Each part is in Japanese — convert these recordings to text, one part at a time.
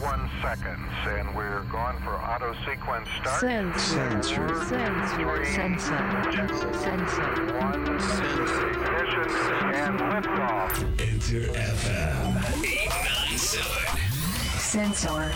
1 seconds, and we're going for auto sequence start. Sensor. Ignition and liftoff. Enter FM 897. Sensor.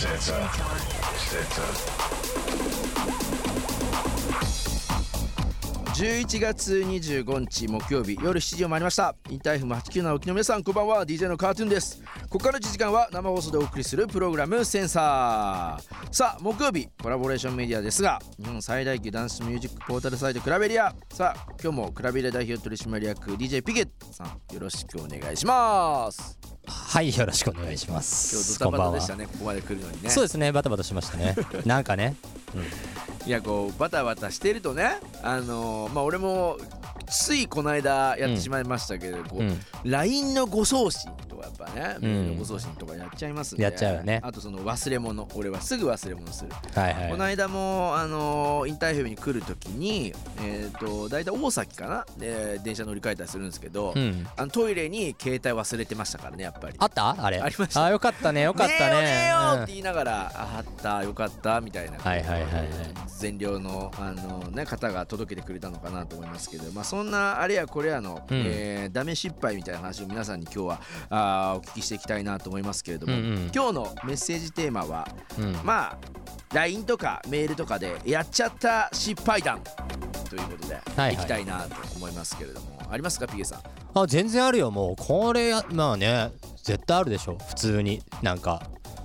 11月25日木曜日夜7時を回りました。インターフム897沖の皆さんこんばんは。 DJ のカートゥーンです。ここからの1時間は生放送でお送りするプログラムセンサー。さあ木曜日コラボレーションメディアですが、日本最大級ダンスミュージックポータルサイトクラベリア。さあ今日もクラベリア代表取締役 DJ ピゲットさんよろしくお願いします。 はい、よろしくお願いします。 今日ドタバタでしたね。ここまで来るのにね。 そうですね、バタバタしましたねなんかね、 いやこうバタバタしてるとね、俺もついこの間やってしまいましたけど、こう LINE の誤送信とかやっぱね、メールの誤送信とかやっちゃいますんで、 やっちゃうよね。 あとその忘れ物、俺はすぐ忘れ物する。 はいはい、 この間もインターフェムに来るときにだいたい大崎かなで電車乗り換えたりするんですけど、トイレに携帯忘れてましたからね。やっぱりあったあれありました。 あ、よかったねよかったね。 ねえよって言いながら、あったよかったみたいな、善良の方が届けてくれたのかなと思いますけど、そんなあれやこれやの、ダメ失敗みたいな話を皆さんに今日はお聞きしていきたいなと思いますけれども、今日のメッセージテーマは、LINE とかメールとかでやっちゃった失敗談ということでいきたいなと思いますけれども、ありますかピゲさん。 あ、全然あるよ。もうこれまあね絶対あるでしょ普通に。なんか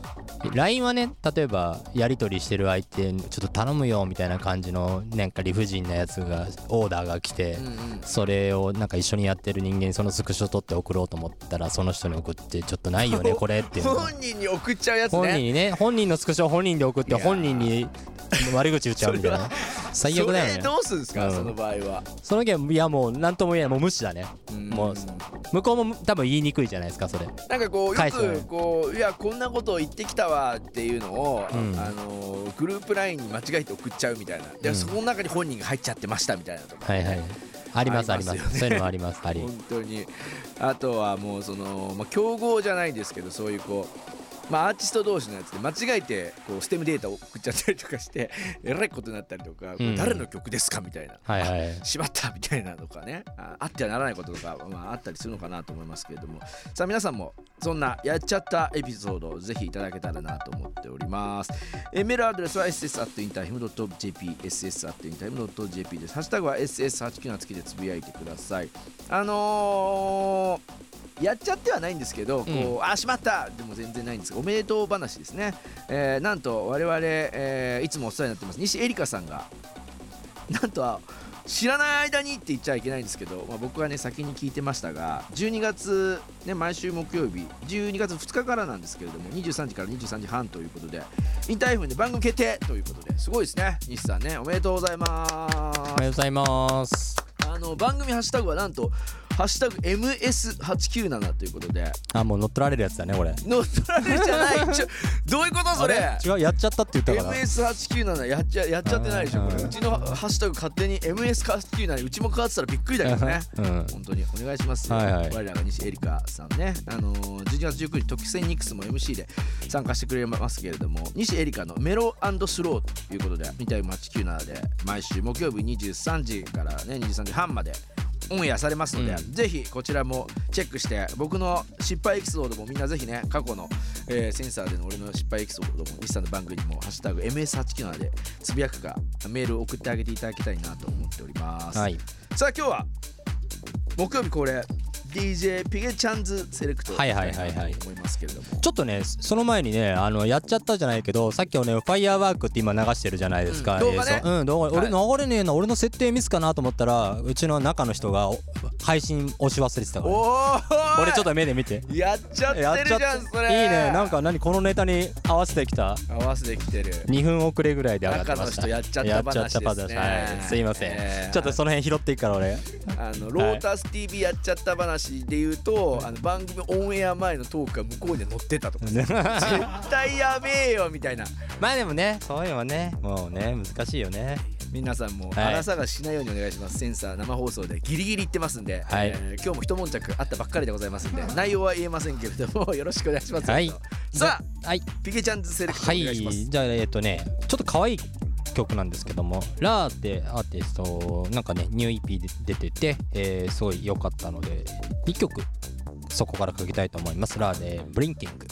LINE はね、例えばやり取りしてる相手にちょっと頼むよみたいな感じのなんか理不尽なやつがオーダーが来て、それをなんか一緒にやってる人間にそのスクショ取って送ろうと思ったら、その人に送ってちょっとないよねこれっていうの本人に送っちゃうやつね。 本人にね、本人のスクショを本人で送って本人に悪口言っちゃうみたいな最悪だよね。 それどうするんですか、その場合は。 その時はいやもう何とも言えない、もう無視だね。もう向こうも多分言いにくいじゃないですかそれ。 なんかこうよくこういやこんなことを言ってきたわっていうのを、グループ LINE に間違えて送っちゃうみたいな。でその中に本人が入っちゃってましたみたいなとか、 はいはい、ありますあります。そういうのもあります。あり本当に。あとはもうその競合じゃないんですけど、そういうこうアーティスト同士のやつで間違えてこうステムデータを送っちゃったりとかしてえらいことになったりとか、誰の曲ですかみたいな、しまったみたいなとかね、あってはならないこととか、あったりするのかなと思いますけれども、さあ皆さんもそんなやっちゃったエピソードをぜひいただけたらなと思っております。メールアドレスは ss@intime.jp ss@intime.jp です。ハッシュタグは ss89 つけてつぶやいてください。やっちゃってはないんですけど、こうしまったでも全然ないんですが、おめでとう話ですね。なんと我々、いつもお世話になってます西エリカさんがなんと知らない間にって言っちゃいけないんですけど、僕はね先に聞いてましたが、12月ね毎週木曜日12月2日からなんですけれども、23時から23時半ということでインターフェムで番組決定ということで、すごいですね西さんね、おめでとうございます。 おめでとうございます。 番組ハッシュタグはなんとハッシュタグ MS897 ということで、 もう乗っ取られるやつだねこれ。 乗っ取られるじゃないどういうことそれ。 違う、やっちゃったって言ったから。 MS897 やっちゃってないでしょこれ。うちのハッシュタグ勝手に MS897 にうちも変わってたらびっくりだけどね本当にお願いしますよ。我らが西エリカさんね、12月19日特選ニックスも MC で参加してくれますけれども、西エリカのメロ&スローということでインターフェム897で毎週木曜日23時からね23時半までオンエアされますので、ぜひこちらもチェックして、僕の失敗エピソードもみんなぜひね、過去の、センサーでの俺の失敗エピソードも西さんの番組にもハッシュタグ MS897 でつぶやくかメールを送ってあげていただきたいなと思っております。さあ今日は木曜日恒例DJ ピゲチャンズセレクトしたいなと思いますけれども、 ちょっとねその前にねやっちゃったじゃないけど、さっきのねファイヤーワークって今流してるじゃないですか、 動画ね。 動画俺流れねえな、俺の設定ミスかなと思ったら、うちの中の人が配信押し忘れてたから、俺ちょっと目で見てやっちゃってるじゃんそれ。 いいね、なんかこのネタに合わせてきた。 合わせてきてる。 2分遅れぐらいで上がってました。 中の人やっちゃった話ですね。 すいません、ちょっとその辺拾っていくから俺ロータス TV やっちゃった話で言うと、番組オンエア前のトークが向こうに載ってたとか絶対やべえよみたいな。 まあでもね、そういうのはねもうね難しいよね。 皆さんも荒探ししないようにお願いします。センサー生放送でギリギリ言ってますんで、今日も一悶着あったばっかりでございますんで内容は言えませんけれどもよろしくお願いします。 さあ、 はい、 ピケちゃんズセレクトおはい願いします。 じゃあちょっと可愛い曲なんですけども、ラーってアーティストなんかねニュー EP で出てて、すごい良かったので2曲そこからかけたいと思います。ラーでブリンキング。